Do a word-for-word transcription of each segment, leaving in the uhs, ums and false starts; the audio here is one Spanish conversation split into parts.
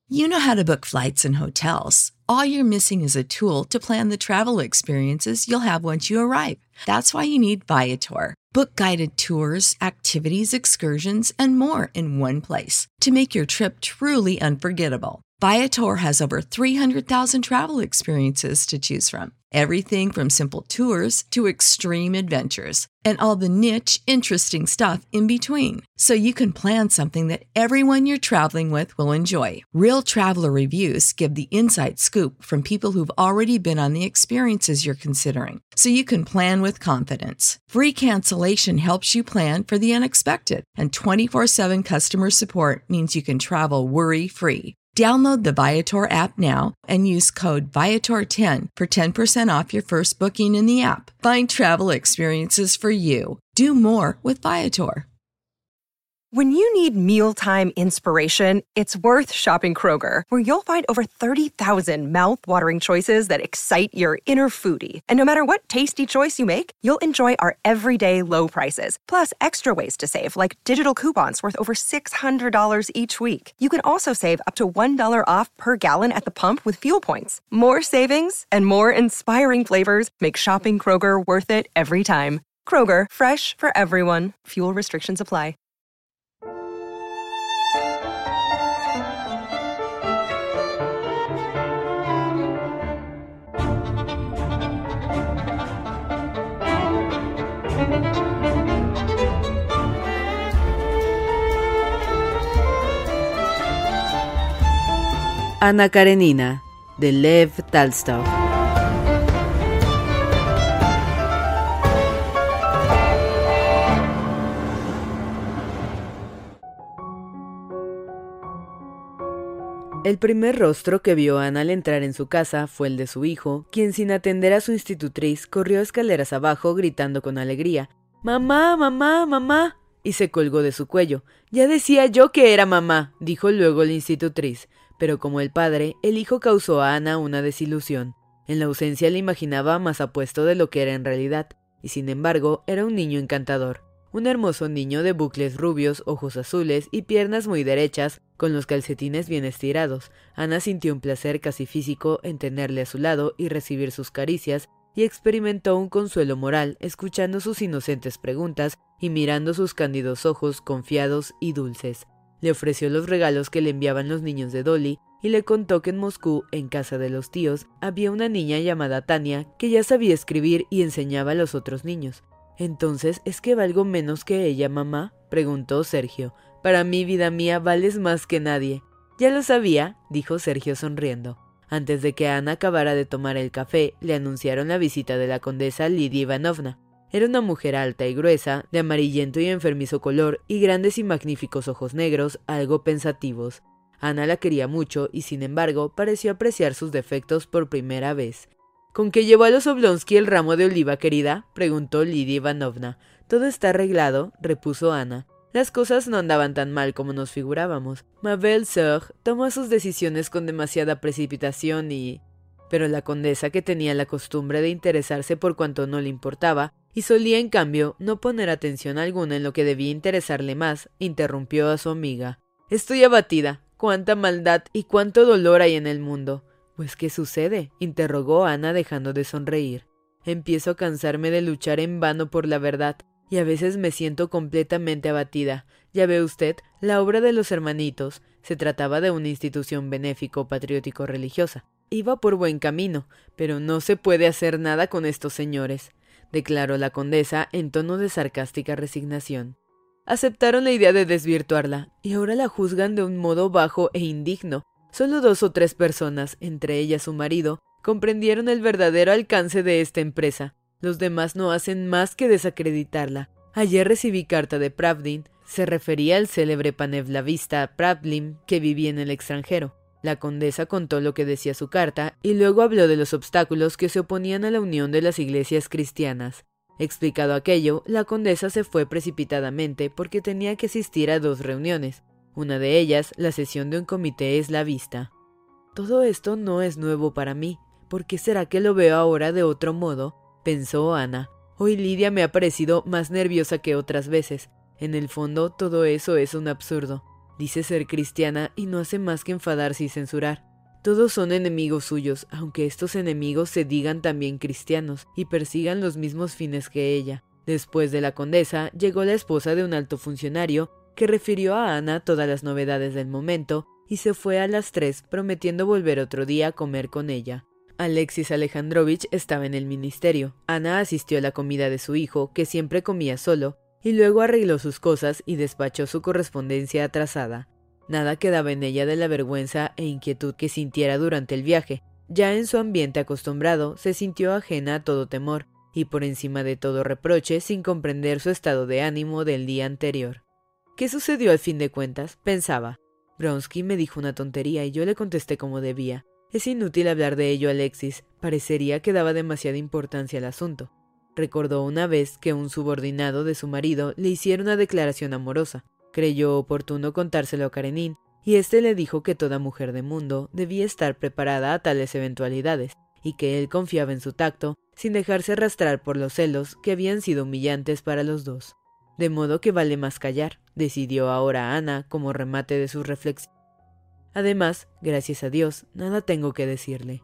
You know how to book flights and hotels. All you're missing is a tool to plan the travel experiences you'll have once you arrive. That's why you need Viator. Book guided tours, activities, excursions, and more in one place to make your trip truly unforgettable. Viator has over three hundred thousand travel experiences to choose from. Everything from simple tours to extreme adventures and all the niche, interesting stuff in between. So you can plan something that everyone you're traveling with will enjoy. Real traveler reviews give the inside scoop from people who've already been on the experiences you're considering. So you can plan with confidence. Free cancellation helps you plan for the unexpected. And twenty-four seven customer support means you can travel worry-free. Download the Viator app now and use code Viator ten for ten percent off your first booking in the app. Find travel experiences for you. Do more with Viator. When you need mealtime inspiration, it's worth shopping Kroger, where you'll find over thirty thousand mouth-watering choices that excite your inner foodie. And no matter what tasty choice you make, you'll enjoy our everyday low prices, plus extra ways to save, like digital coupons worth over six hundred dollars each week. You can also save up to one dollar off per gallon at the pump with fuel points. More savings and more inspiring flavors make shopping Kroger worth it every time. Kroger, fresh for everyone. Fuel restrictions apply. Anna Karenina, de Lev Tolstoy. El primer rostro que vio Ana al entrar en su casa fue el de su hijo, quien sin atender a su institutriz corrió escaleras abajo gritando con alegría: «¡Mamá, mamá, mamá!» y se colgó de su cuello. «Ya decía yo que era mamá», dijo luego la institutriz. Pero como el padre, el hijo causó a Ana una desilusión. En la ausencia le imaginaba más apuesto de lo que era en realidad, y sin embargo era un niño encantador. Un hermoso niño de bucles rubios, ojos azules y piernas muy derechas, con los calcetines bien estirados. Ana sintió un placer casi físico en tenerle a su lado y recibir sus caricias, y experimentó un consuelo moral escuchando sus inocentes preguntas y mirando sus cándidos ojos confiados y dulces. Le ofreció los regalos que le enviaban los niños de Dolly y le contó que en Moscú, en casa de los tíos, había una niña llamada Tania que ya sabía escribir y enseñaba a los otros niños. «¿Entonces es que valgo menos que ella, mamá?», preguntó Sergio. «Para mí, vida mía, vales más que nadie». «Ya lo sabía», dijo Sergio sonriendo. Antes de que Ana acabara de tomar el café, le anunciaron la visita de la condesa Lidia Ivanovna. Era una mujer alta y gruesa, de amarillento y enfermizo color y grandes y magníficos ojos negros, algo pensativos. Ana la quería mucho y, sin embargo, pareció apreciar sus defectos por primera vez. «¿Con qué llevó a los Oblonsky el ramo de oliva, querida?», preguntó Lidia Ivanovna. «Todo está arreglado», repuso Ana. «Las cosas no andaban tan mal como nos figurábamos. Ma belle sœur tomó sus decisiones con demasiada precipitación y...» Pero la condesa, que tenía la costumbre de interesarse por cuanto no le importaba, y solía, en cambio, no poner atención alguna en lo que debía interesarle más, interrumpió a su amiga. «Estoy abatida. Cuánta maldad y cuánto dolor hay en el mundo». «Pues, ¿qué sucede?», interrogó Ana dejando de sonreír. «Empiezo a cansarme de luchar en vano por la verdad, y a veces me siento completamente abatida. Ya ve usted, la obra de los hermanitos, se trataba de una institución benéfico-patriótico-religiosa. Iba por buen camino, pero no se puede hacer nada con estos señores», declaró la condesa en tono de sarcástica resignación. Aceptaron la idea de desvirtuarla, y ahora la juzgan de un modo bajo e indigno. Solo dos o tres personas, entre ellas su marido, comprendieron el verdadero alcance de esta empresa. Los demás no hacen más que desacreditarla. Ayer recibí carta de Pravdin. Se refería al célebre panevlavista Pravdin, que vivía en el extranjero. La condesa contó lo que decía su carta y luego habló de los obstáculos que se oponían a la unión de las iglesias cristianas. Explicado aquello, la condesa se fue precipitadamente porque tenía que asistir a dos reuniones. Una de ellas, la sesión de un comité eslavista. «Todo esto no es nuevo para mí. ¿Por qué será que lo veo ahora de otro modo?», pensó Ana. «Hoy Lidia me ha parecido más nerviosa que otras veces. En el fondo, todo eso es un absurdo. Dice ser cristiana y no hace más que enfadarse y censurar. Todos son enemigos suyos, aunque estos enemigos se digan también cristianos y persigan los mismos fines que ella. Después de la condesa, llegó la esposa de un alto funcionario que refirió a Ana todas las novedades del momento y se fue a las tres prometiendo volver otro día a comer con ella. Alexis Alejandrovich estaba en el ministerio. Ana asistió a la comida de su hijo, que siempre comía solo, y luego arregló sus cosas y despachó su correspondencia atrasada. Nada quedaba en ella de la vergüenza e inquietud que sintiera durante el viaje. Ya en su ambiente acostumbrado, se sintió ajena a todo temor, y por encima de todo reproche, sin comprender su estado de ánimo del día anterior. ¿Qué sucedió al fin de cuentas? Pensaba. Vronsky me dijo una tontería y yo le contesté como debía. Es inútil hablar de ello, Alexis. Parecería que daba demasiada importancia al asunto. Recordó una vez que un subordinado de su marido le hiciera una declaración amorosa. Creyó oportuno contárselo a Karenin, y éste le dijo que toda mujer de mundo debía estar preparada a tales eventualidades, y que él confiaba en su tacto, sin dejarse arrastrar por los celos que habían sido humillantes para los dos. De modo que vale más callar, decidió ahora Ana como remate de sus reflexiones. Además, gracias a Dios, nada tengo que decirle.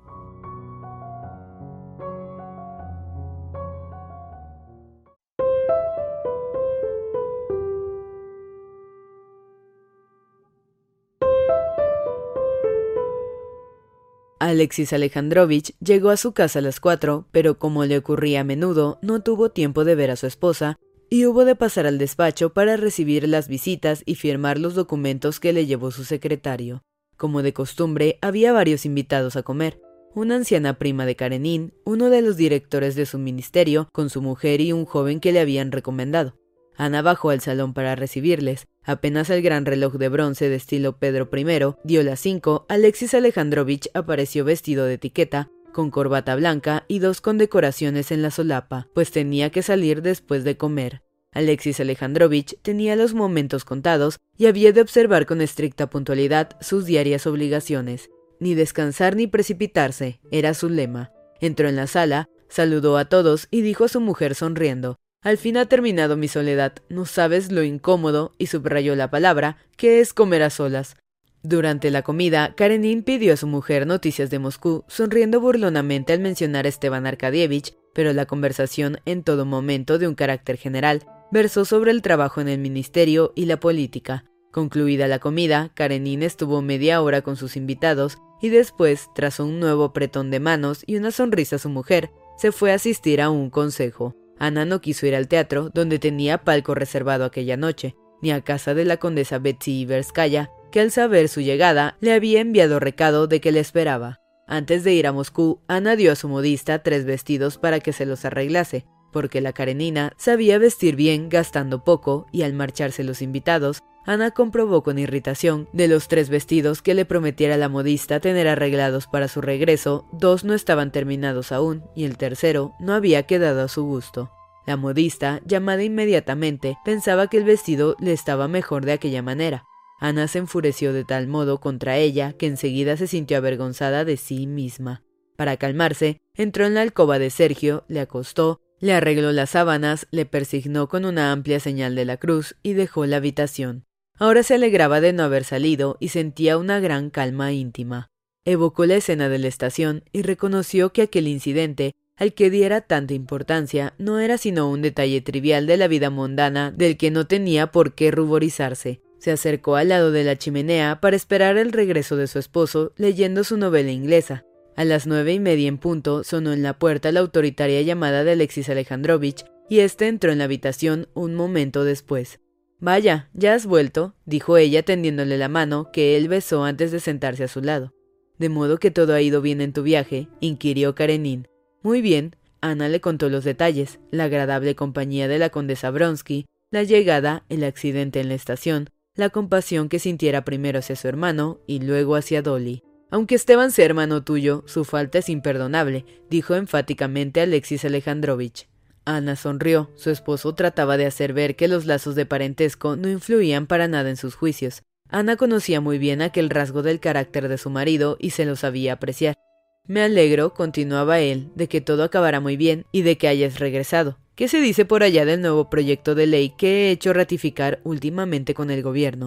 Alexis Alejandrovich llegó a su casa a las cuatro, pero como le ocurría a menudo, no tuvo tiempo de ver a su esposa, y hubo de pasar al despacho para recibir las visitas y firmar los documentos que le llevó su secretario. Como de costumbre, había varios invitados a comer. Una anciana prima de Karenin, uno de los directores de su ministerio, con su mujer y un joven que le habían recomendado. Ana bajó al salón para recibirles. Apenas el gran reloj de bronce de estilo Pedro primero dio las cinco, Alexis Alejandrovich apareció vestido de etiqueta, con corbata blanca y dos condecoraciones en la solapa, pues tenía que salir después de comer. Alexis Alejandrovich tenía los momentos contados y había de observar con estricta puntualidad sus diarias obligaciones. Ni descansar ni precipitarse, era su lema. Entró en la sala, saludó a todos y dijo a su mujer sonriendo: «Al fin ha terminado mi soledad, no sabes lo incómodo», y subrayó la palabra, que es comer a solas. Durante la comida, Karenin pidió a su mujer noticias de Moscú, sonriendo burlonamente al mencionar a Esteban Arkadyevich, pero la conversación, en todo momento de un carácter general, versó sobre el trabajo en el ministerio y la política. Concluida la comida, Karenin estuvo media hora con sus invitados y después, tras un nuevo apretón de manos y una sonrisa a su mujer, se fue a asistir a un consejo. Ana no quiso ir al teatro, donde tenía palco reservado aquella noche, ni a casa de la condesa Betsy Iverskaya, que al saber su llegada le había enviado recado de que le esperaba. Antes de ir a Moscú, Ana dio a su modista tres vestidos para que se los arreglase, porque la Karenina sabía vestir bien gastando poco, y al marcharse los invitados, Ana comprobó con irritación, de los tres vestidos que le prometiera la modista tener arreglados para su regreso, dos no estaban terminados aún, y el tercero no había quedado a su gusto. La modista, llamada inmediatamente, pensaba que el vestido le estaba mejor de aquella manera. Ana se enfureció de tal modo contra ella que enseguida se sintió avergonzada de sí misma. Para calmarse, entró en la alcoba de Sergio, le acostó, le arregló las sábanas, le persignó con una amplia señal de la cruz y dejó la habitación. Ahora se alegraba de no haber salido y sentía una gran calma íntima. Evocó la escena de la estación y reconoció que aquel incidente, al que diera tanta importancia, no era sino un detalle trivial de la vida mundana del que no tenía por qué ruborizarse. Se acercó al lado de la chimenea para esperar el regreso de su esposo, leyendo su novela inglesa. A las nueve y media en punto sonó en la puerta la autoritaria llamada de Alexis Alejandrovich, y éste entró en la habitación un momento después. «Vaya, ¿ya has vuelto?», dijo ella tendiéndole la mano, que él besó antes de sentarse a su lado. «¿De modo que todo ha ido bien en tu viaje?», inquirió Karenin. «Muy bien». Ana le contó los detalles, la agradable compañía de la condesa Vronsky, la llegada, el accidente en la estación, la compasión que sintiera primero hacia su hermano y luego hacia Dolly. «Aunque Esteban sea hermano tuyo, su falta es imperdonable», dijo enfáticamente Alexis Alejandrovich. Ana sonrió. Su esposo trataba de hacer ver que los lazos de parentesco no influían para nada en sus juicios. Ana conocía muy bien aquel rasgo del carácter de su marido y se lo sabía apreciar. «Me alegro», continuaba él, «de que todo acabara muy bien y de que hayas regresado. ¿Qué se dice por allá del nuevo proyecto de ley que he hecho ratificar últimamente con el gobierno?»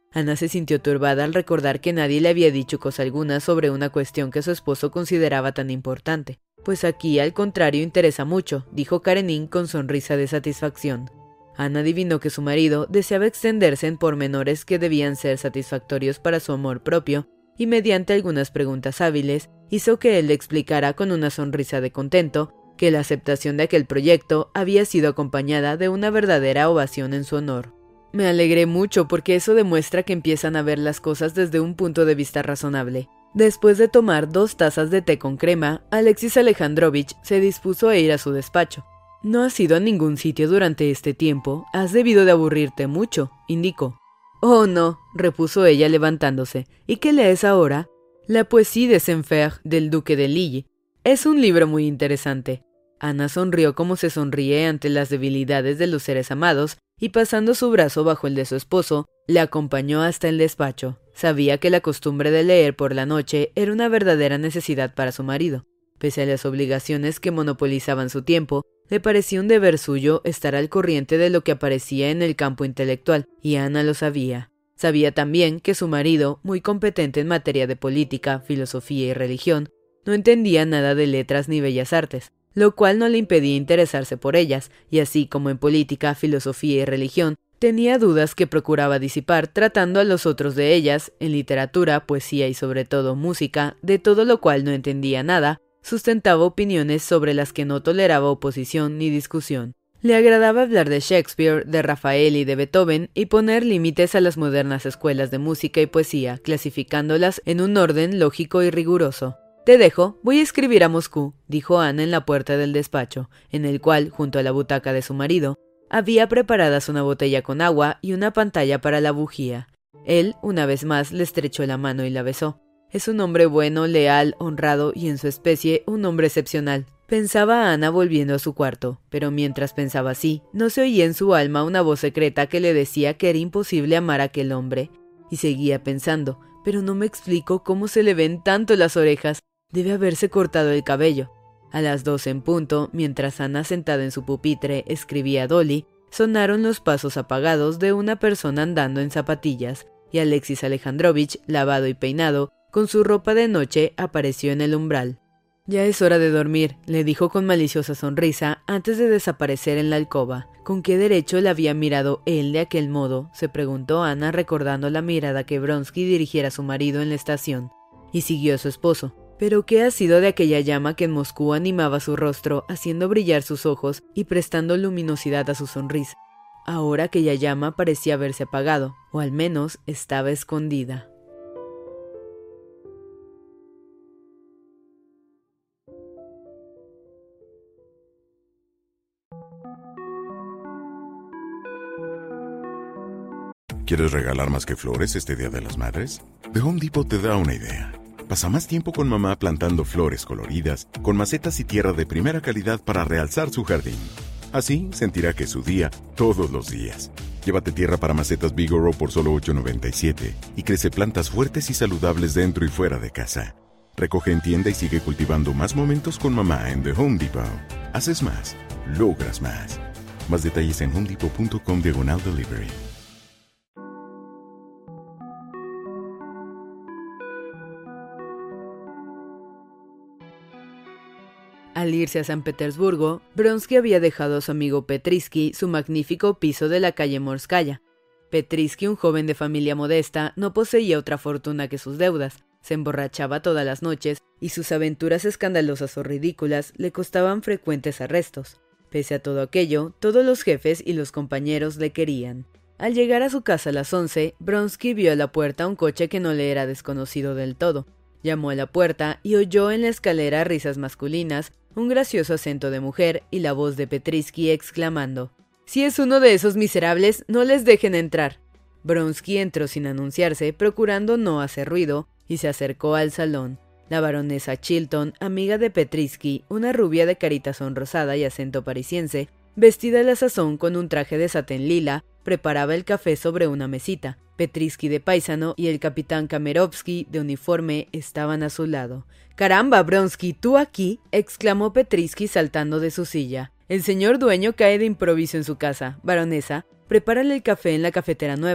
Ana se sintió turbada al recordar que nadie le había dicho cosa alguna sobre una cuestión que su esposo consideraba tan importante. Pues aquí, al contrario, interesa mucho, dijo Karenin con sonrisa de satisfacción. Ana adivinó que su marido deseaba extenderse en pormenores que debían ser satisfactorios para su amor propio, y mediante algunas preguntas hábiles, hizo que él le explicara con una sonrisa de contento que la aceptación de aquel proyecto había sido acompañada de una verdadera ovación en su honor. Me alegré mucho porque eso demuestra que empiezan a ver las cosas desde un punto de vista razonable. Después de tomar dos tazas de té con crema, Alexis Alejandrovich se dispuso a ir a su despacho. «No has ido a ningún sitio durante este tiempo, has debido de aburrirte mucho», indicó. «Oh, no», repuso ella levantándose. «¿Y qué lees ahora?» «La Poésie de Saint-Fer del duque de Lille. Es un libro muy interesante». Ana sonrió como se sonríe ante las debilidades de los seres amados y pasando su brazo bajo el de su esposo, le acompañó hasta el despacho. Sabía que la costumbre de leer por la noche era una verdadera necesidad para su marido. Pese a las obligaciones que monopolizaban su tiempo, le parecía un deber suyo estar al corriente de lo que aparecía en el campo intelectual, y Ana lo sabía. Sabía también que su marido, muy competente en materia de política, filosofía y religión, no entendía nada de letras ni bellas artes, lo cual no le impedía interesarse por ellas, y así como en política, filosofía y religión, tenía dudas que procuraba disipar tratando a los otros de ellas, en literatura, poesía y sobre todo música, de todo lo cual no entendía nada, sustentaba opiniones sobre las que no toleraba oposición ni discusión. Le agradaba hablar de Shakespeare, de Rafael y de Beethoven y poner límites a las modernas escuelas de música y poesía, clasificándolas en un orden lógico y riguroso. «Te dejo, voy a escribir a Moscú», dijo Ana en la puerta del despacho, en el cual, junto a la butaca de su marido, había preparadas una botella con agua y una pantalla para la bujía. Él, una vez más, le estrechó la mano y la besó. «Es un hombre bueno, leal, honrado y en su especie un hombre excepcional», pensaba Ana volviendo a su cuarto, pero mientras pensaba así, no se oía en su alma una voz secreta que le decía que era imposible amar a aquel hombre. Y seguía pensando, «pero no me explico cómo se le ven tanto las orejas, debe haberse cortado el cabello». A las doce en punto, mientras Ana sentada en su pupitre escribía a Dolly, sonaron los pasos apagados de una persona andando en zapatillas, y Alexis Alejandrovich, lavado y peinado, con su ropa de noche, apareció en el umbral. «Ya es hora de dormir», le dijo con maliciosa sonrisa antes de desaparecer en la alcoba. ¿Con qué derecho le había mirado él de aquel modo?, se preguntó Ana recordando la mirada que Vronsky dirigiera a su marido en la estación. Y siguió a su esposo. ¿Pero qué ha sido de aquella llama que en Moscú animaba su rostro, haciendo brillar sus ojos y prestando luminosidad a su sonrisa? Ahora aquella llama parecía haberse apagado, o al menos estaba escondida. ¿Quieres regalar más que flores este Día de las Madres? The Home Depot te da una idea. Pasa más tiempo con mamá plantando flores coloridas, con macetas y tierra de primera calidad para realzar su jardín. Así sentirá que es su día todos los días. Llévate tierra para macetas Vigoro por solo ocho noventa y siete y crece plantas fuertes y saludables dentro y fuera de casa. Recoge en tienda y sigue cultivando más momentos con mamá en The Home Depot. Haces más, logras más. Más detalles en homedepot punto com diagonal delivery. Al irse a San Petersburgo, Vronsky había dejado a su amigo Petrisky su magnífico piso de la calle Morskaya. Petrisky, un joven de familia modesta, no poseía otra fortuna que sus deudas, se emborrachaba todas las noches y sus aventuras escandalosas o ridículas le costaban frecuentes arrestos. Pese a todo aquello, todos los jefes y los compañeros le querían. Al llegar a su casa a las once, Vronsky vio a la puerta un coche que no le era desconocido del todo. Llamó a la puerta y oyó en la escalera risas masculinas, un gracioso acento de mujer y la voz de Petrisky exclamando: «Si es uno de esos miserables, no les dejen entrar». Vronsky entró sin anunciarse, procurando no hacer ruido, y se acercó al salón. La baronesa Chilton, amiga de Petrisky, una rubia de carita sonrosada y acento parisiense, vestida a la sazón con un traje de satén lila, preparaba el café sobre una mesita. Petrisky de paisano y el capitán Kamerovsky de uniforme estaban a su lado. «¡Caramba, Vronsky, tú aquí!», exclamó Petrisky saltando de su silla. «El señor dueño cae de improviso en su casa. Baronesa, prepárale el café en la cafetera nueva.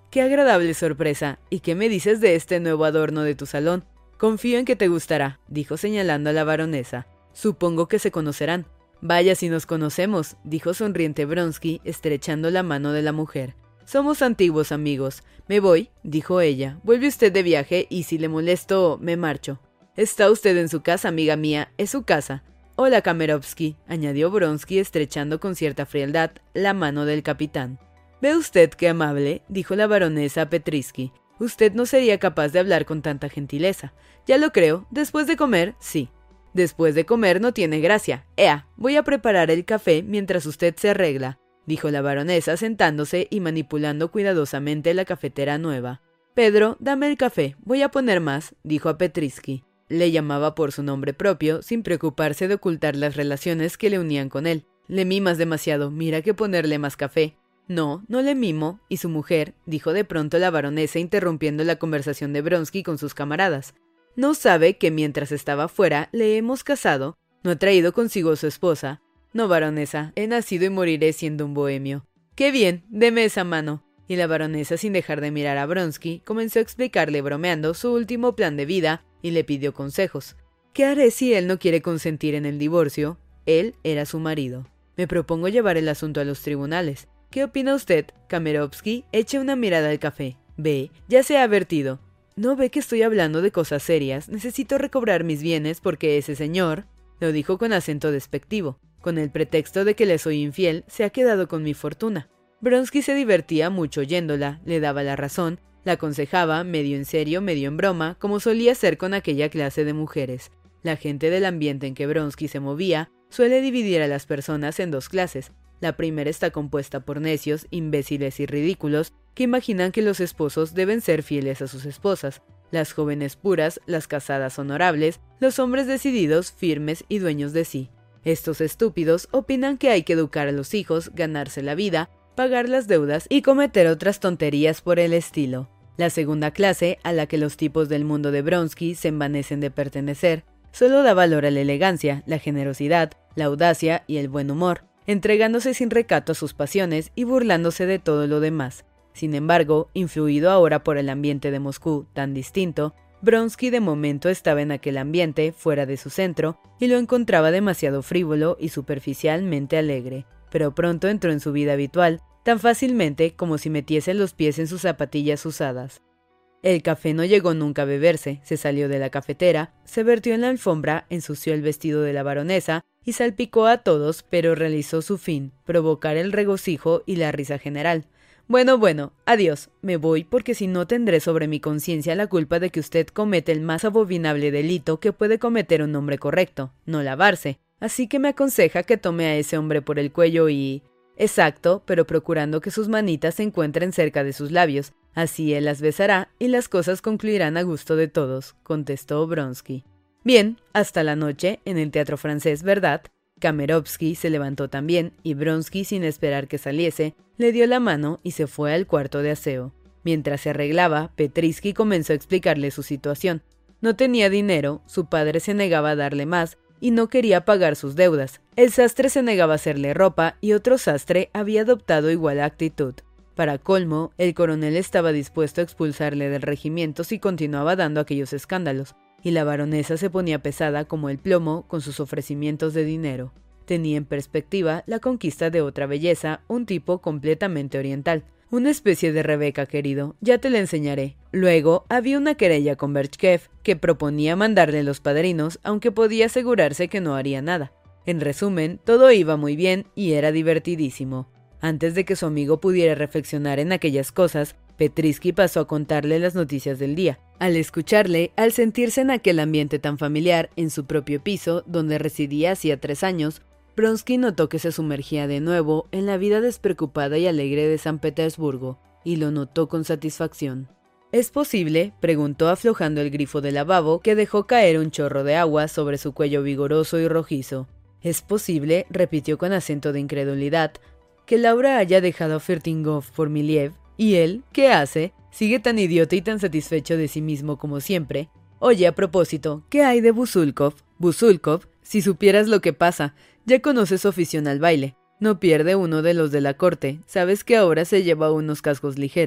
¡Qué agradable sorpresa! ¿Y qué me dices de este nuevo adorno de tu salón? Confío en que te gustará, dijo señalando a la baronesa. Supongo que se conocerán. Vaya si nos conocemos, dijo sonriente Vronsky, estrechando la mano de la mujer. Somos antiguos amigos. Me voy, dijo ella. Vuelve usted de viaje y si le molesto, me marcho. Está usted en su casa, amiga mía, es su casa. Hola, Kamerovsky, añadió Vronsky estrechando con cierta frialdad la mano del capitán. Ve usted qué amable, dijo la baronesa a Petrisky. Usted no sería capaz de hablar con tanta gentileza. Ya lo creo, después de comer, sí. Después de comer no tiene gracia. Ea, voy a preparar el café mientras usted se arregla, dijo la baronesa sentándose y manipulando cuidadosamente la cafetera nueva. Pedro, dame el café, voy a poner más, dijo a Petrisky. Le llamaba por su nombre propio, sin preocuparse de ocultar las relaciones que le unían con él. Le mimas demasiado, mira que ponerle más café. No, no le mimo, y su mujer, dijo de pronto la baronesa interrumpiendo la conversación de Vronsky con sus camaradas. ¿No sabe que mientras estaba fuera le hemos casado? ¿No ha traído consigo su esposa? No, baronesa, he nacido y moriré siendo un bohemio. ¡Qué bien! Deme esa mano. Y la baronesa, sin dejar de mirar a Vronsky, comenzó a explicarle bromeando su último plan de vida y le pidió consejos. ¿Qué haré si él no quiere consentir en el divorcio? Él era su marido. Me propongo llevar el asunto a los tribunales. ¿Qué opina usted? Kamerovsky, eche una mirada al café. Ve, ya se ha vertido. ¿No ve que estoy hablando de cosas serias? Necesito recobrar mis bienes porque ese señor, lo dijo con acento despectivo, con el pretexto de que le soy infiel, se ha quedado con mi fortuna. Vronsky se divertía mucho oyéndola, le daba la razón, la aconsejaba, medio en serio, medio en broma, como solía hacer con aquella clase de mujeres. La gente del ambiente en que Vronsky se movía suele dividir a las personas en dos clases. La primera está compuesta por necios, imbéciles y ridículos que imaginan que los esposos deben ser fieles a sus esposas, las jóvenes puras, las casadas honorables, los hombres decididos, firmes y dueños de sí. Estos estúpidos opinan que hay que educar a los hijos, ganarse la vida, pagar las deudas y cometer otras tonterías por el estilo. La segunda clase, a la que los tipos del mundo de Vronsky se envanecen de pertenecer, solo da valor a la elegancia, la generosidad, la audacia y el buen humor, entregándose sin recato a sus pasiones y burlándose de todo lo demás. Sin embargo, influido ahora por el ambiente de Moscú tan distinto, Vronsky de momento estaba en aquel ambiente, fuera de su centro, y lo encontraba demasiado frívolo y superficialmente alegre, pero pronto entró en su vida habitual, tan fácilmente como si metiese los pies en sus zapatillas usadas. El café no llegó nunca a beberse, se salió de la cafetera, se vertió en la alfombra, ensució el vestido de la baronesa y salpicó a todos, pero realizó su fin, provocar el regocijo y la risa general. Bueno, bueno, adiós, me voy porque si no tendré sobre mi conciencia la culpa de que usted comete el más abominable delito que puede cometer un hombre correcto, no lavarse. Así que me aconseja que tome a ese hombre por el cuello y... Exacto, pero procurando que sus manitas se encuentren cerca de sus labios. Así él las besará y las cosas concluirán a gusto de todos, contestó Vronsky. Bien, hasta la noche, en el Teatro Francés, ¿verdad? Kamerovsky se levantó también y Vronsky, sin esperar que saliese, le dio la mano y se fue al cuarto de aseo. Mientras se arreglaba, Petrisky comenzó a explicarle su situación. No tenía dinero, su padre se negaba a darle más y no quería pagar sus deudas. El sastre se negaba a hacerle ropa y otro sastre había adoptado igual actitud. Para colmo, el coronel estaba dispuesto a expulsarle del regimiento si continuaba dando aquellos escándalos, y la baronesa se ponía pesada como el plomo con sus ofrecimientos de dinero. Tenía en perspectiva la conquista de otra belleza, un tipo completamente oriental. Una especie de Rebeca, querido, ya te la enseñaré. Luego, había una querella con Berchkev, que proponía mandarle los padrinos, aunque podía asegurarse que no haría nada. En resumen, todo iba muy bien y era divertidísimo. Antes de que su amigo pudiera reflexionar en aquellas cosas, Petrisky pasó a contarle las noticias del día. Al escucharle, al sentirse en aquel ambiente tan familiar, en su propio piso, donde residía hacía tres años, Vronsky notó que se sumergía de nuevo en la vida despreocupada y alegre de San Petersburgo, y lo notó con satisfacción. ¿Es posible?, preguntó aflojando el grifo del lavabo, que dejó caer un chorro de agua sobre su cuello vigoroso y rojizo. ¿Es posible?, repitió con acento de incredulidad, que Laura haya dejado a Fertingov por Miliev, y él, ¿qué hace? Sigue tan idiota y tan satisfecho de sí mismo como siempre. Oye, a propósito, ¿qué hay de Buzulkov? Buzulkov, si supieras lo que pasa, ya conoces su afición al baile. No pierde uno de los de la corte, sabes que ahora se lleva unos cascos ligeros,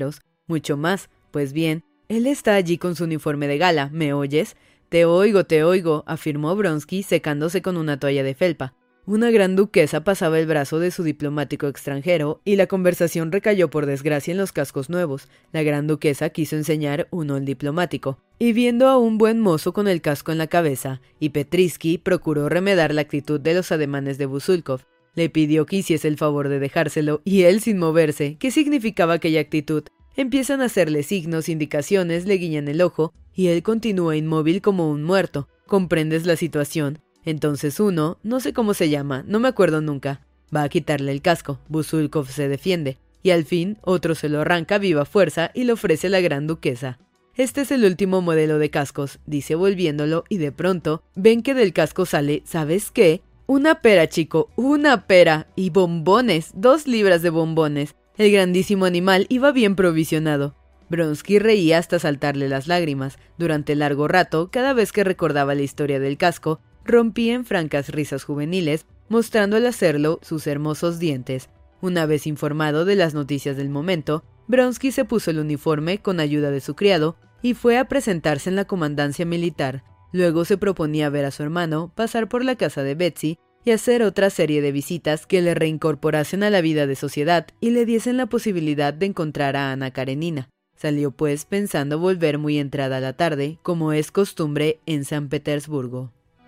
Mucho más. Pues bien, él está allí con su uniforme de gala, ¿me oyes? Te oigo, te oigo, afirmó Vronsky secándose con una toalla de felpa. Una gran duquesa pasaba el brazo de su diplomático extranjero y la conversación recayó por desgracia en los cascos nuevos. La gran duquesa quiso enseñar uno al diplomático, y viendo a un buen mozo con el casco en la cabeza, y Petrisky procuró remedar la actitud de los ademanes de Buzulkov. Le pidió que hiciese el favor de dejárselo, y él, sin moverse, ¿qué significaba aquella actitud? Empiezan a hacerle signos, indicaciones, le guiñan el ojo, y él continúa inmóvil como un muerto. ¿Comprendes la situación? Entonces uno, no sé cómo se llama, no me acuerdo nunca, va a quitarle el casco. Buzulkov se defiende, y al fin otro se lo arranca a viva fuerza y le ofrece a la gran duquesa. Este es el último modelo de cascos, dice volviéndolo, y de pronto ven que del casco sale, ¿sabes qué? Una pera, chico, una pera, y bombones, dos libras de bombones. El grandísimo animal iba bien provisionado. Vronsky reía hasta saltarle las lágrimas. Durante largo rato, cada vez que recordaba la historia del casco, rompía en francas risas juveniles, mostrando al hacerlo sus hermosos dientes. Una vez informado de las noticias del momento, Vronsky se puso el uniforme con ayuda de su criado y fue a presentarse en la comandancia militar. Luego se proponía ver a su hermano, pasar por la casa de Betsy y hacer otra serie de visitas que le reincorporasen a la vida de sociedad y le diesen la posibilidad de encontrar a Ana Karenina. Salió pues pensando volver muy entrada la tarde, como es costumbre en San Petersburgo.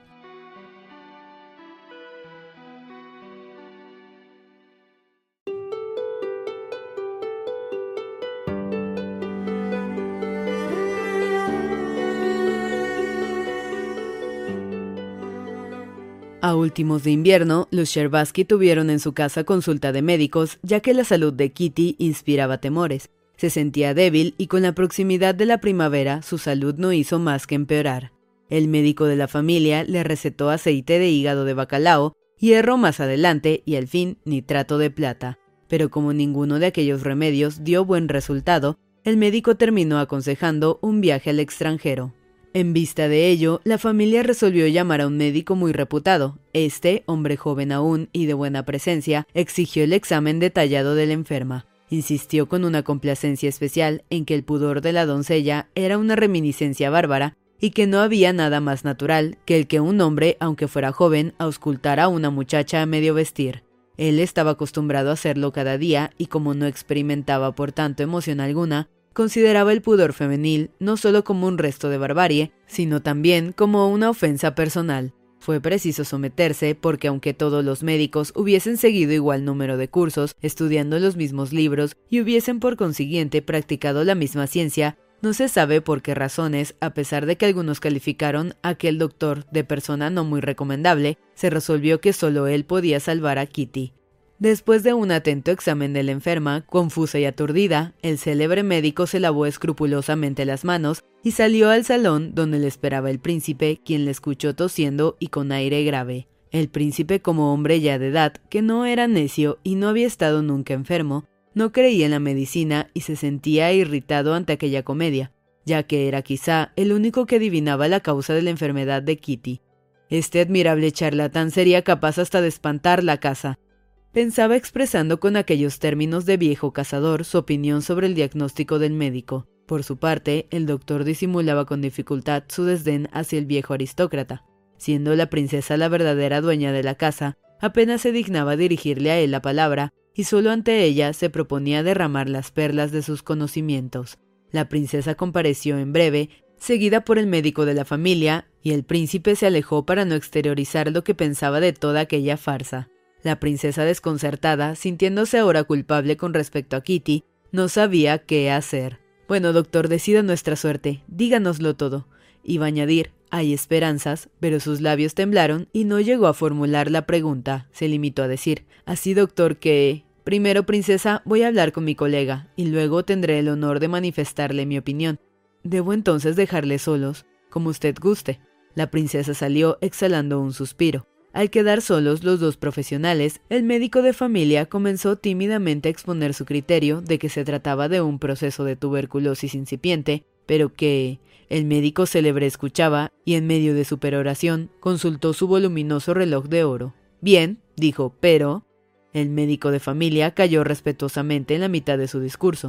A últimos de invierno, los Sherbatsky tuvieron en su casa consulta de médicos, ya que la salud de Kitty inspiraba temores. Se sentía débil y con la proximidad de la primavera su salud no hizo más que empeorar. El médico de la familia le recetó aceite de hígado de bacalao, hierro más adelante y al fin nitrato de plata. Pero como ninguno de aquellos remedios dio buen resultado, el médico terminó aconsejando un viaje al extranjero. En vista de ello, la familia resolvió llamar a un médico muy reputado. Este, hombre joven aún y de buena presencia, exigió el examen detallado de la enferma. Insistió con una complacencia especial en que el pudor de la doncella era una reminiscencia bárbara y que no había nada más natural que el que un hombre, aunque fuera joven, auscultara a una muchacha a medio vestir. Él estaba acostumbrado a hacerlo cada día y como no experimentaba por tanto emoción alguna, consideraba el pudor femenil no solo como un resto de barbarie, sino también como una ofensa personal. Fue preciso someterse porque aunque todos los médicos hubiesen seguido igual número de cursos, estudiando los mismos libros y hubiesen por consiguiente practicado la misma ciencia, no se sabe por qué razones, a pesar de que algunos calificaron a aquel doctor de persona no muy recomendable, se resolvió que solo él podía salvar a Kitty. Después de un atento examen de la enferma, confusa y aturdida, el célebre médico se lavó escrupulosamente las manos y salió al salón donde le esperaba el príncipe, quien le escuchó tosiendo y con aire grave. El príncipe, como hombre ya de edad, que no era necio y no había estado nunca enfermo, no creía en la medicina y se sentía irritado ante aquella comedia, ya que era quizá el único que adivinaba la causa de la enfermedad de Kitty. Este admirable charlatán sería capaz hasta de espantar la casa. Pensaba expresando con aquellos términos de viejo cazador su opinión sobre el diagnóstico del médico. Por su parte, el doctor disimulaba con dificultad su desdén hacia el viejo aristócrata. Siendo la princesa la verdadera dueña de la casa, apenas se dignaba dirigirle a él la palabra, y solo ante ella se proponía derramar las perlas de sus conocimientos. La princesa compareció en breve, seguida por el médico de la familia, y el príncipe se alejó para no exteriorizar lo que pensaba de toda aquella farsa. La princesa, desconcertada, sintiéndose ahora culpable con respecto a Kitty, no sabía qué hacer. «Bueno, doctor, decida nuestra suerte. Díganoslo todo». Iba a añadir, «hay esperanzas», pero sus labios temblaron y no llegó a formular la pregunta. Se limitó a decir, «Así, doctor, que... Primero, princesa, voy a hablar con mi colega, y luego tendré el honor de manifestarle mi opinión. ¿Debo entonces dejarle solos? Como usted guste». La princesa salió exhalando un suspiro. Al quedar solos los dos profesionales, el médico de familia comenzó tímidamente a exponer su criterio de que se trataba de un proceso de tuberculosis incipiente, pero que el médico célebre escuchaba y en medio de su peroración consultó su voluminoso reloj de oro. «Bien», dijo, «pero...». El médico de familia calló respetuosamente en la mitad de su discurso.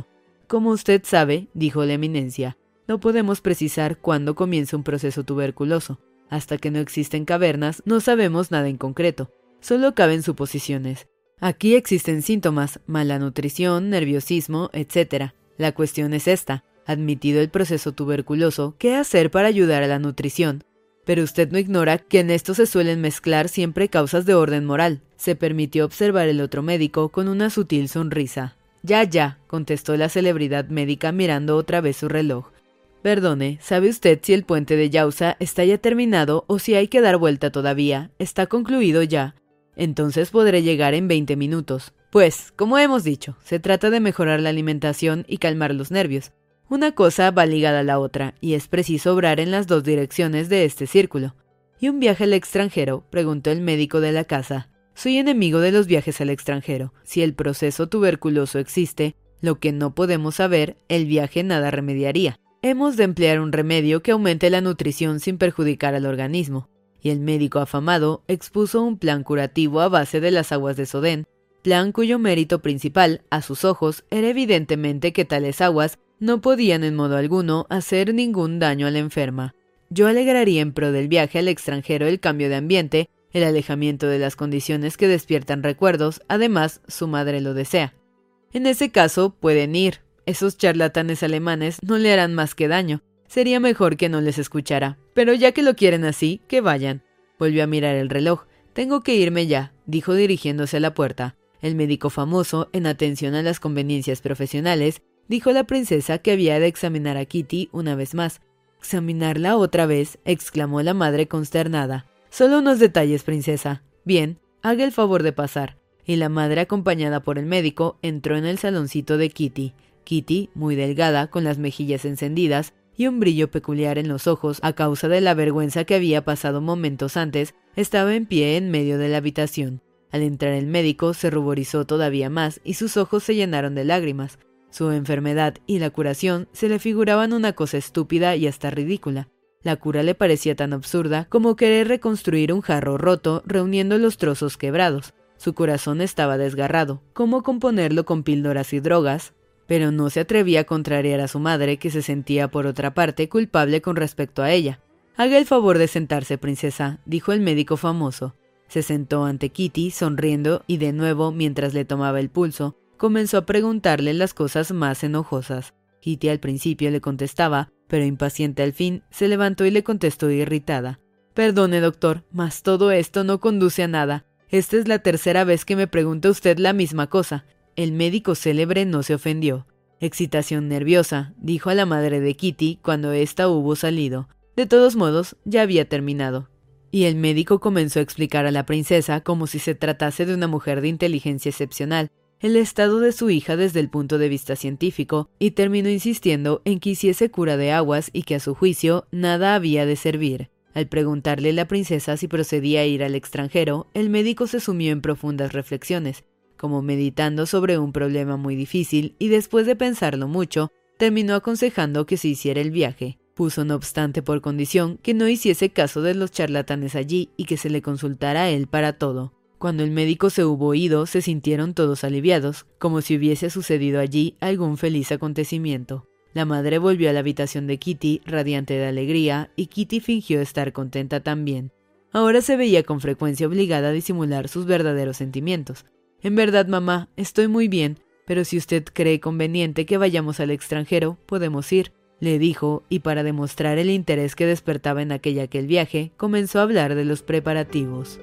Como usted sabe, dijo la eminencia, no podemos precisar cuándo comienza un proceso tuberculoso. Hasta que no existen cavernas, no sabemos nada en concreto. Solo caben suposiciones. Aquí existen síntomas, mala nutrición, nerviosismo, etcétera. La cuestión es esta. Admitido el proceso tuberculoso, ¿qué hacer para ayudar a la nutrición? Pero usted no ignora que en esto se suelen mezclar siempre causas de orden moral. Se permitió observar el otro médico con una sutil sonrisa. Ya, ya, contestó la celebridad médica mirando otra vez su reloj. Perdone, ¿sabe usted si el puente de Yauza está ya terminado o si hay que dar vuelta todavía? Está concluido ya. Entonces podré llegar en veinte minutos. Pues, como hemos dicho, se trata de mejorar la alimentación y calmar los nervios. Una cosa va ligada a la otra, y es preciso obrar en las dos direcciones de este círculo. ¿Y un viaje al extranjero?, preguntó el médico de la casa. Soy enemigo de los viajes al extranjero. Si el proceso tuberculoso existe, lo que no podemos saber, el viaje nada remediaría. Hemos de emplear un remedio que aumente la nutrición sin perjudicar al organismo. Y el médico afamado expuso un plan curativo a base de las aguas de Sodén, plan cuyo mérito principal, a sus ojos, era evidentemente que tales aguas no podían en modo alguno hacer ningún daño a la enferma. Yo alegraría en pro del viaje al extranjero el cambio de ambiente, el alejamiento de las condiciones que despiertan recuerdos, además, su madre lo desea. En ese caso, pueden ir. Esos charlatanes alemanes no le harán más que daño. Sería mejor que no les escuchara. Pero ya que lo quieren así, que vayan. Volvió a mirar el reloj. Tengo que irme ya, dijo dirigiéndose a la puerta. El médico famoso, en atención a las conveniencias profesionales, dijo la princesa que había de examinar a Kitty una vez más. ¿Examinarla otra vez?, exclamó la madre consternada. Solo unos detalles, princesa. Bien, haga el favor de pasar. Y la madre, acompañada por el médico, entró en el saloncito de Kitty. Kitty, muy delgada, con las mejillas encendidas y un brillo peculiar en los ojos a causa de la vergüenza que había pasado momentos antes, estaba en pie en medio de la habitación. Al entrar el médico se ruborizó todavía más y sus ojos se llenaron de lágrimas. Su enfermedad y la curación se le figuraban una cosa estúpida y hasta ridícula. La cura le parecía tan absurda como querer reconstruir un jarro roto reuniendo los trozos quebrados. Su corazón estaba desgarrado. ¿Cómo componerlo con píldoras y drogas? Pero no se atrevía a contrariar a su madre, que se sentía por otra parte culpable con respecto a ella. Haga el favor de sentarse, princesa, dijo el médico famoso. Se sentó ante Kitty, sonriendo, y de nuevo, mientras le tomaba el pulso, comenzó a preguntarle las cosas más enojosas. Kitty al principio le contestaba, pero impaciente al fin, se levantó y le contestó irritada. Perdone, doctor, mas todo esto no conduce a nada. Esta es la tercera vez que me pregunta usted la misma cosa. El médico célebre no se ofendió. Excitación nerviosa, dijo a la madre de Kitty cuando ésta hubo salido. De todos modos, ya había terminado. Y el médico comenzó a explicar a la princesa, como si se tratase de una mujer de inteligencia excepcional, el estado de su hija desde el punto de vista científico, y terminó insistiendo en que hiciese cura de aguas y que a su juicio nada había de servir. Al preguntarle a la princesa si procedía a ir al extranjero, el médico se sumió en profundas reflexiones, como meditando sobre un problema muy difícil, y después de pensarlo mucho, terminó aconsejando que se hiciera el viaje. Puso no obstante por condición que no hiciese caso de los charlatanes allí y que se le consultara a él para todo. Cuando el médico se hubo ido, se sintieron todos aliviados, como si hubiese sucedido allí algún feliz acontecimiento. La madre volvió a la habitación de Kitty, radiante de alegría, y Kitty fingió estar contenta también. Ahora se veía con frecuencia obligada a disimular sus verdaderos sentimientos. En verdad, mamá, estoy muy bien, pero si usted cree conveniente que vayamos al extranjero, podemos ir, le dijo, y para demostrar el interés que despertaba en aquella aquel viaje, comenzó a hablar de los preparativos.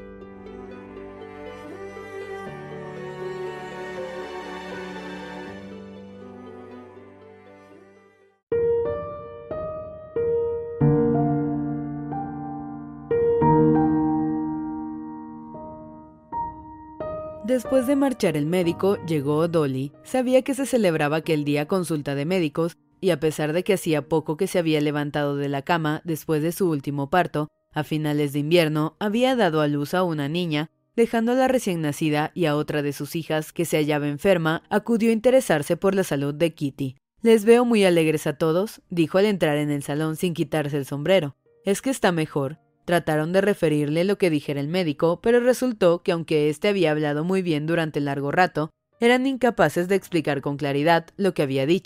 Después de marchar el médico, llegó Dolly. Sabía que se celebraba aquel día consulta de médicos, y a pesar de que hacía poco que se había levantado de la cama después de su último parto, a finales de invierno había dado a luz a una niña, dejando a la recién nacida y a otra de sus hijas que se hallaba enferma, acudió a interesarse por la salud de Kitty. «Les veo muy alegres a todos», dijo al entrar en el salón sin quitarse el sombrero. «Es que está mejor». Trataron de referirle lo que dijera el médico, pero resultó que aunque éste había hablado muy bien durante largo rato, eran incapaces de explicar con claridad lo que había dicho.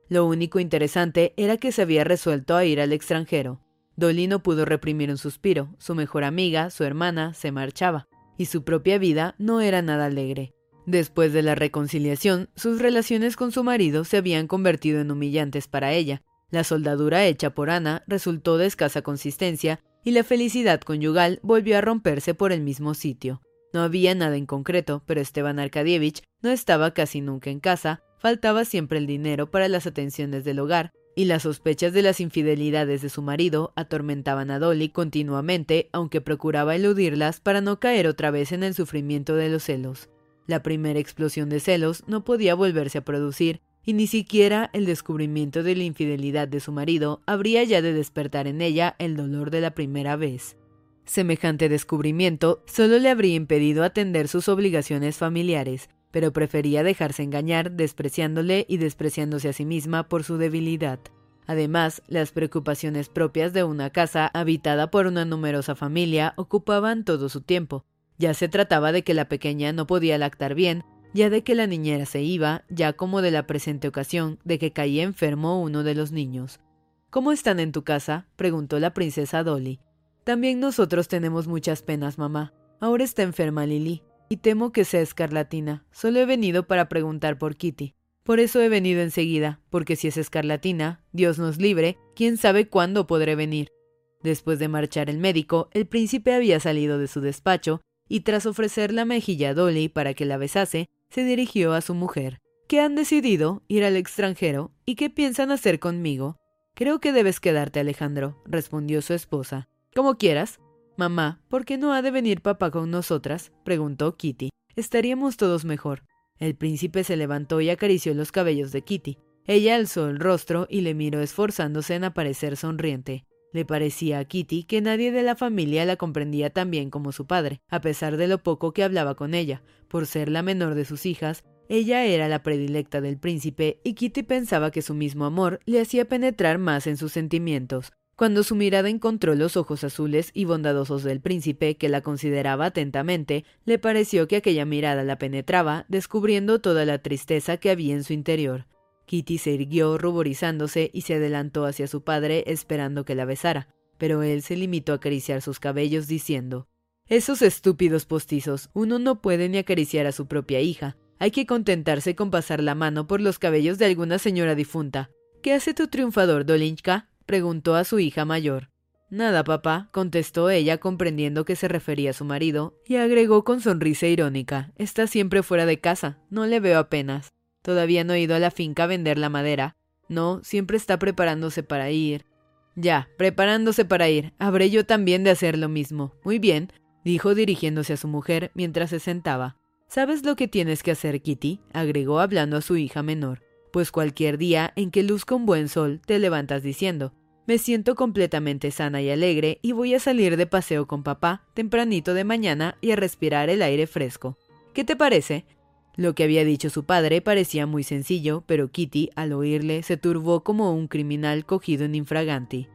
Lo único interesante era que se había resuelto a ir al extranjero. Dolly no pudo reprimir un suspiro. Su mejor amiga, su hermana, se marchaba, y su propia vida no era nada alegre. Después de la reconciliación, sus relaciones con su marido se habían convertido en humillantes para ella. La soldadura hecha por Ana resultó de escasa consistencia y la felicidad conyugal volvió a romperse por el mismo sitio. No había nada en concreto, pero Esteban Arkadievich no estaba casi nunca en casa, faltaba siempre el dinero para las atenciones del hogar, y las sospechas de las infidelidades de su marido atormentaban a Dolly continuamente, aunque procuraba eludirlas para no caer otra vez en el sufrimiento de los celos. La primera explosión de celos no podía volverse a producir, y ni siquiera el descubrimiento de la infidelidad de su marido habría ya de despertar en ella el dolor de la primera vez. Semejante descubrimiento solo le habría impedido atender sus obligaciones familiares, pero prefería dejarse engañar, despreciándole y despreciándose a sí misma por su debilidad. Además, las preocupaciones propias de una casa habitada por una numerosa familia ocupaban todo su tiempo. Ya se trataba de que la pequeña no podía lactar bien, ya de que la niñera se iba, ya como de la presente ocasión de que caía enfermo uno de los niños. «¿Cómo están en tu casa?», preguntó la princesa Dolly. «También nosotros tenemos muchas penas, mamá. Ahora está enferma Lili, y temo que sea escarlatina. Solo he venido para preguntar por Kitty. Por eso he venido enseguida, porque si es escarlatina, Dios nos libre, quién sabe cuándo podré venir». Después de marchar el médico, el príncipe había salido de su despacho, y tras ofrecer la mejilla a Dolly para que la besase, se dirigió a su mujer. «¿Qué han decidido? ¿Ir al extranjero? ¿Y qué piensan hacer conmigo?» «Creo que debes quedarte, Alejandro», respondió su esposa. «Como quieras». «Mamá, ¿por qué no ha de venir papá con nosotras?», preguntó Kitty. «Estaríamos todos mejor». El príncipe se levantó y acarició los cabellos de Kitty. Ella alzó el rostro y le miró esforzándose en aparecer sonriente. Le parecía a Kitty que nadie de la familia la comprendía tan bien como su padre, a pesar de lo poco que hablaba con ella. Por ser la menor de sus hijas, ella era la predilecta del príncipe y Kitty pensaba que su mismo amor le hacía penetrar más en sus sentimientos. Cuando su mirada encontró los ojos azules y bondadosos del príncipe, que la consideraba atentamente, le pareció que aquella mirada la penetraba, descubriendo toda la tristeza que había en su interior. Kitty se irguió ruborizándose y se adelantó hacia su padre esperando que la besara, pero él se limitó a acariciar sus cabellos diciendo: «Esos estúpidos postizos, uno no puede ni acariciar a su propia hija. Hay que contentarse con pasar la mano por los cabellos de alguna señora difunta». «¿Qué hace tu triunfador, Dolinchka?», preguntó a su hija mayor. «Nada, papá», contestó ella comprendiendo que se refería a su marido, y agregó con sonrisa irónica: «Está siempre fuera de casa, no le veo apenas. Todavía no ha ido a la finca a vender la madera. No, siempre está preparándose para ir». «Ya, preparándose para ir. Habré yo también de hacer lo mismo. Muy bien», dijo dirigiéndose a su mujer mientras se sentaba. «¿Sabes lo que tienes que hacer, Kitty?», agregó hablando a su hija menor. «Pues cualquier día en que luzca un buen sol, te levantas diciendo: me siento completamente sana y alegre y voy a salir de paseo con papá tempranito de mañana y a respirar el aire fresco. ¿Qué te parece?». Lo que había dicho su padre parecía muy sencillo, pero Kitty, al oírle, se turbó como un criminal cogido en infraganti.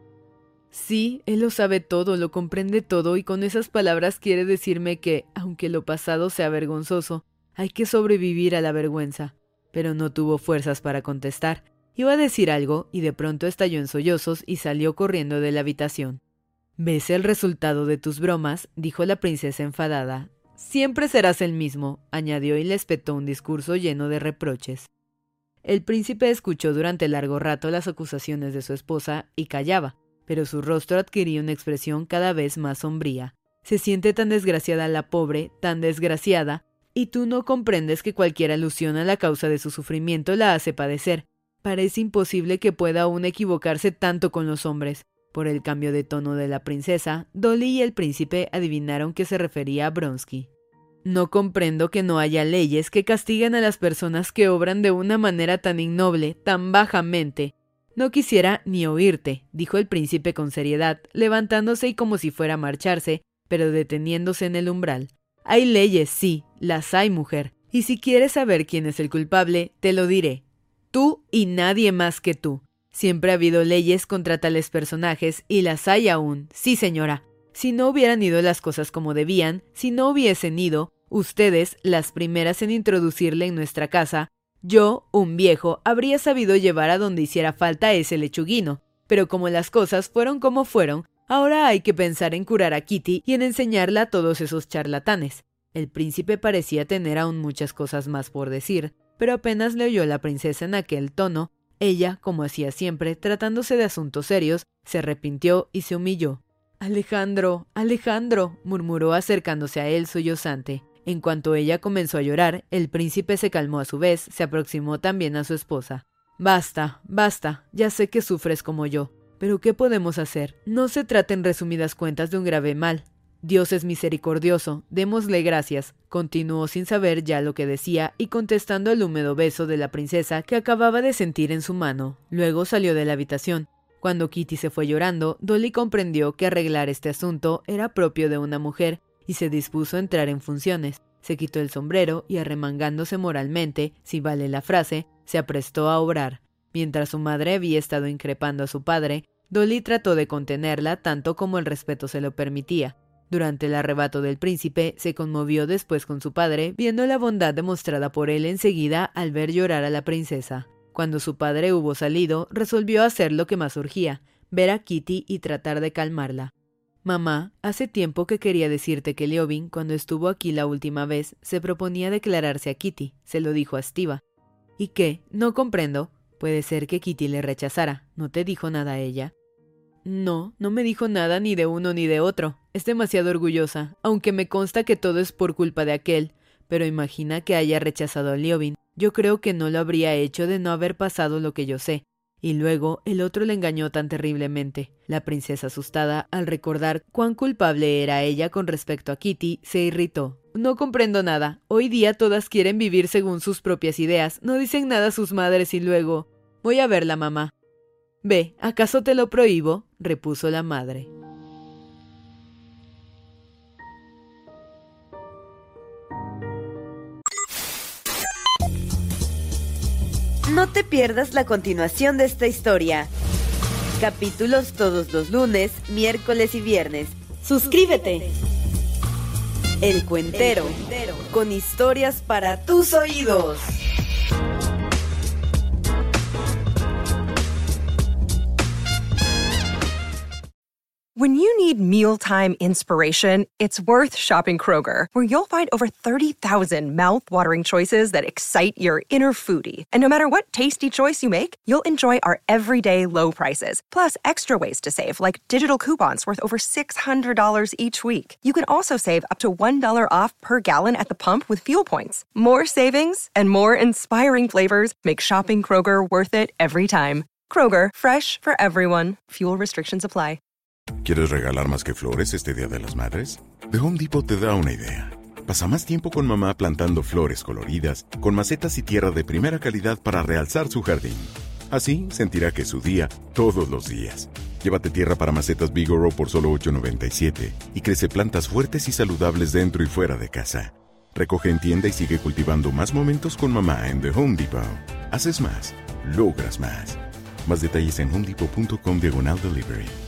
«Sí, él lo sabe todo, lo comprende todo, y con esas palabras quiere decirme que, aunque lo pasado sea vergonzoso, hay que sobrevivir a la vergüenza». Pero no tuvo fuerzas para contestar. Iba a decir algo, y de pronto estalló en sollozos y salió corriendo de la habitación. «¿Ves el resultado de tus bromas?», dijo la princesa enfadada. «Siempre serás el mismo», añadió y le espetó un discurso lleno de reproches. El príncipe escuchó durante largo rato las acusaciones de su esposa y callaba, pero su rostro adquiría una expresión cada vez más sombría. «Se siente tan desgraciada la pobre, tan desgraciada, y tú no comprendes que cualquier alusión a la causa de su sufrimiento la hace padecer. Parece imposible que pueda aún equivocarse tanto con los hombres». Por el cambio de tono de la princesa, Dolly y el príncipe adivinaron que se refería a Bronsky. «No comprendo que no haya leyes que castiguen a las personas que obran de una manera tan ignoble, tan bajamente». «No quisiera ni oírte», dijo el príncipe con seriedad, levantándose y como si fuera a marcharse, pero deteniéndose en el umbral. «Hay leyes, sí, las hay, mujer, y si quieres saber quién es el culpable, te lo diré. Tú y nadie más que tú. Siempre ha habido leyes contra tales personajes y las hay aún, sí señora. Si no hubieran ido las cosas como debían, si no hubiesen ido, ustedes, las primeras en introducirle en nuestra casa, Yo, un viejo, habría sabido llevar a donde hiciera falta ese lechuguino, pero como las cosas fueron como fueron, ahora hay que pensar en curar a Kitty y en enseñarla a todos esos charlatanes. El príncipe parecía tener aún muchas cosas más por decir, pero apenas le oyó la princesa en aquel tono, ella, como hacía siempre, tratándose de asuntos serios, se arrepintió y se humilló. «Alejandro, Alejandro», murmuró acercándose a él sollozante. En cuanto ella comenzó a llorar, el príncipe se calmó a su vez, se aproximó también a su esposa. «Basta, basta, ya sé que sufres como yo, pero ¿qué podemos hacer? No se trata en resumidas cuentas de un grave mal. Dios es misericordioso, démosle gracias», continuó sin saber ya lo que decía y contestando el húmedo beso de la princesa que acababa de sentir en su mano. Luego salió de la habitación. Cuando Kitty se fue llorando, Dolly comprendió que arreglar este asunto era propio de una mujer y se dispuso a entrar en funciones. Se quitó el sombrero y arremangándose moralmente, si vale la frase, se aprestó a obrar. Mientras su madre había estado increpando a su padre, Dolly trató de contenerla tanto como el respeto se lo permitía. Durante el arrebato del príncipe, se conmovió después con su padre, viendo la bondad demostrada por él enseguida al ver llorar a la princesa. Cuando su padre hubo salido, resolvió hacer lo que más urgía, ver a Kitty y tratar de calmarla. «Mamá, hace tiempo que quería decirte que Leovin, cuando estuvo aquí la última vez, se proponía declararse a Kitty», se lo dijo a Stiva. «¿Y qué? No comprendo. Puede ser que Kitty le rechazara. ¿No te dijo nada a ella?» «No, no me dijo nada ni de uno ni de otro. Es demasiado orgullosa, aunque me consta que todo es por culpa de aquel. Pero imagina que haya rechazado a Leovin. Yo creo que no lo habría hecho de no haber pasado lo que yo sé. Y luego el otro le engañó tan terriblemente». La princesa, asustada al recordar cuán culpable era ella con respecto a Kitty, se irritó. «No comprendo nada. Hoy día todas quieren vivir según sus propias ideas. No dicen nada a sus madres y luego... Voy a verla, mamá». «Ve, ¿acaso te lo prohíbo?», repuso la madre. No te pierdas la continuación de esta historia. Capítulos todos los lunes, miércoles y viernes. ¡Suscríbete! El Cuentero, El Cuentero, con historias para tus oídos. When you need mealtime inspiration, it's worth shopping Kroger, where you'll find over thirty thousand mouth-watering choices that excite your inner foodie. And no matter what tasty choice you make, you'll enjoy our everyday low prices, plus extra ways to save, like digital coupons worth over six hundred dollars each week. You can also save up to one dollar off per gallon at the pump with fuel points. More savings and more inspiring flavors make shopping Kroger worth it every time. Kroger, fresh for everyone. Fuel restrictions apply. ¿Quieres regalar más que flores este Día de las Madres? The Home Depot te da una idea. Pasa más tiempo con mamá plantando flores coloridas, con macetas y tierra de primera calidad para realzar su jardín. Así sentirá que es su día todos los días. Llévate tierra para macetas Bigoro por solo ocho noventa y siete y crece plantas fuertes y saludables dentro y fuera de casa. Recoge en tienda y sigue cultivando más momentos con mamá en The Home Depot. Haces más, logras más. Más detalles en homedepot punto com diagonal delivery.